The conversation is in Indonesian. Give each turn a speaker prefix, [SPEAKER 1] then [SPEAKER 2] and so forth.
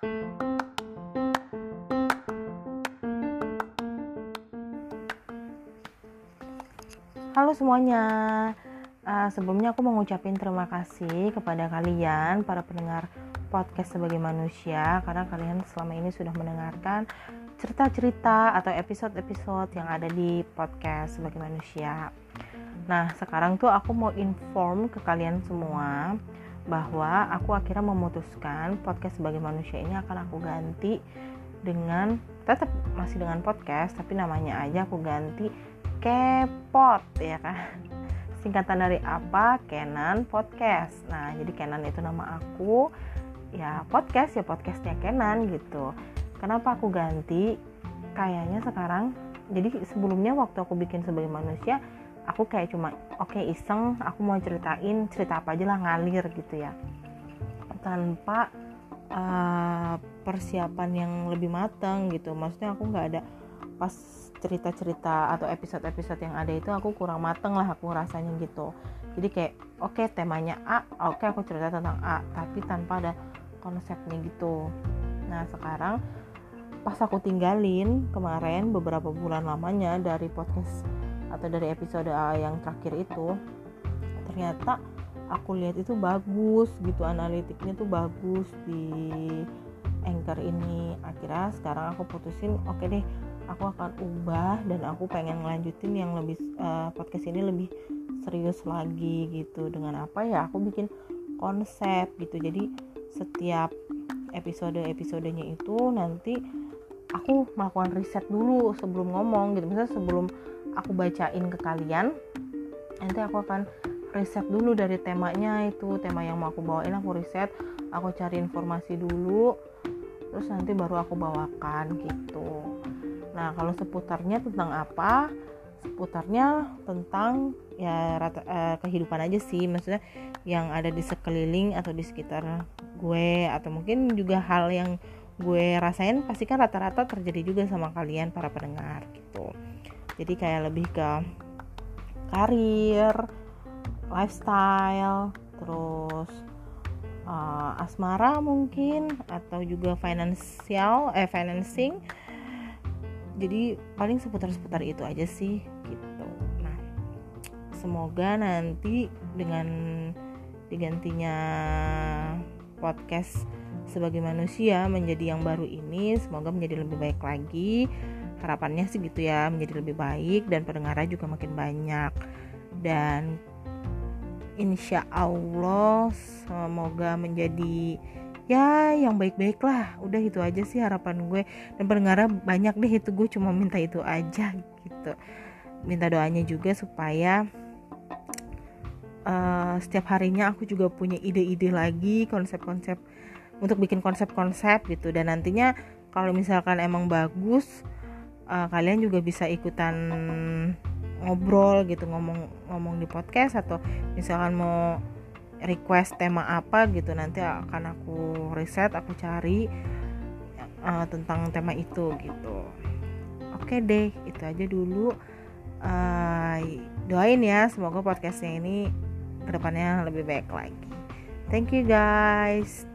[SPEAKER 1] Halo semuanya, sebelumnya aku mau ngucapin terima kasih kepada kalian para pendengar podcast Sebagai Manusia, karena kalian selama ini sudah mendengarkan cerita-cerita atau episode-episode yang ada di podcast Sebagai Manusia. Nah, sekarang tuh aku mau inform ke kalian semua bahwa aku akhirnya memutuskan podcast Sebagai Manusia ini akan aku ganti dengan, tetap masih dengan podcast, tapi namanya aja aku ganti Kepot, ya kan? Singkatan dari apa? Kenan Podcast. Nah, jadi Kenan itu nama aku, ya podcast ya podcastnya Kenan gitu. Kenapa aku ganti? Kayaknya sekarang, jadi sebelumnya waktu aku bikin Sebagai Manusia, aku kayak cuma iseng, aku mau ceritain cerita apa aja lah, ngalir gitu ya, tanpa persiapan yang lebih matang gitu. Maksudnya aku nggak ada, pas cerita-cerita atau episode-episode yang ada itu aku kurang mateng lah aku rasanya gitu. Jadi kayak temanya A, aku cerita tentang A, tapi tanpa ada konsepnya gitu. Nah, sekarang pas aku tinggalin kemarin beberapa bulan lamanya dari podcast atau dari episode A yang terakhir itu, ternyata aku lihat itu bagus gitu, analitiknya tuh bagus di Anchor ini. Akhirnya sekarang aku putusin, oke deh, aku akan ubah dan aku pengen ngelanjutin yang lebih podcast ini lebih serius lagi gitu. Dengan apa ya, aku bikin konsep gitu. Jadi setiap episodenya itu nanti aku melakukan riset dulu sebelum ngomong gitu. Misalnya sebelum aku bacain ke kalian, nanti aku akan riset dulu dari temanya, itu tema yang mau aku bawain, aku riset, aku cari informasi dulu, terus nanti baru aku bawakan gitu. Nah, kalau seputarnya tentang apa? Seputarnya tentang ya kehidupan aja sih, maksudnya yang ada di sekeliling atau di sekitar gue, atau mungkin juga hal yang gue rasain pasti kan rata-rata terjadi juga sama kalian para pendengar gitu. Jadi kayak lebih ke karir, lifestyle, terus asmara mungkin, atau juga financing. Jadi paling seputar-seputar itu aja sih gitu. Nah, semoga nanti dengan digantinya podcast Sebagai Manusia menjadi yang baru ini, semoga menjadi lebih baik lagi. Harapannya sih gitu ya, menjadi lebih baik dan pendengarnya juga makin banyak. Dan insya Allah semoga menjadi ya yang baik-baik lah. Udah itu aja sih harapan gue, dan pendengarnya banyak deh, itu gue cuma minta itu aja gitu. Minta doanya juga supaya setiap harinya aku juga punya ide-ide lagi, konsep-konsep untuk bikin konsep-konsep gitu. Dan nantinya kalau misalkan emang bagus, kalian juga bisa ikutan ngobrol gitu, ngomong di podcast, atau misalkan mau request tema apa gitu, nanti akan aku riset, aku cari tentang tema itu gitu. Oke deh, itu aja dulu. Doain ya, semoga podcastnya ini kedepannya lebih baik lagi. Thank you guys.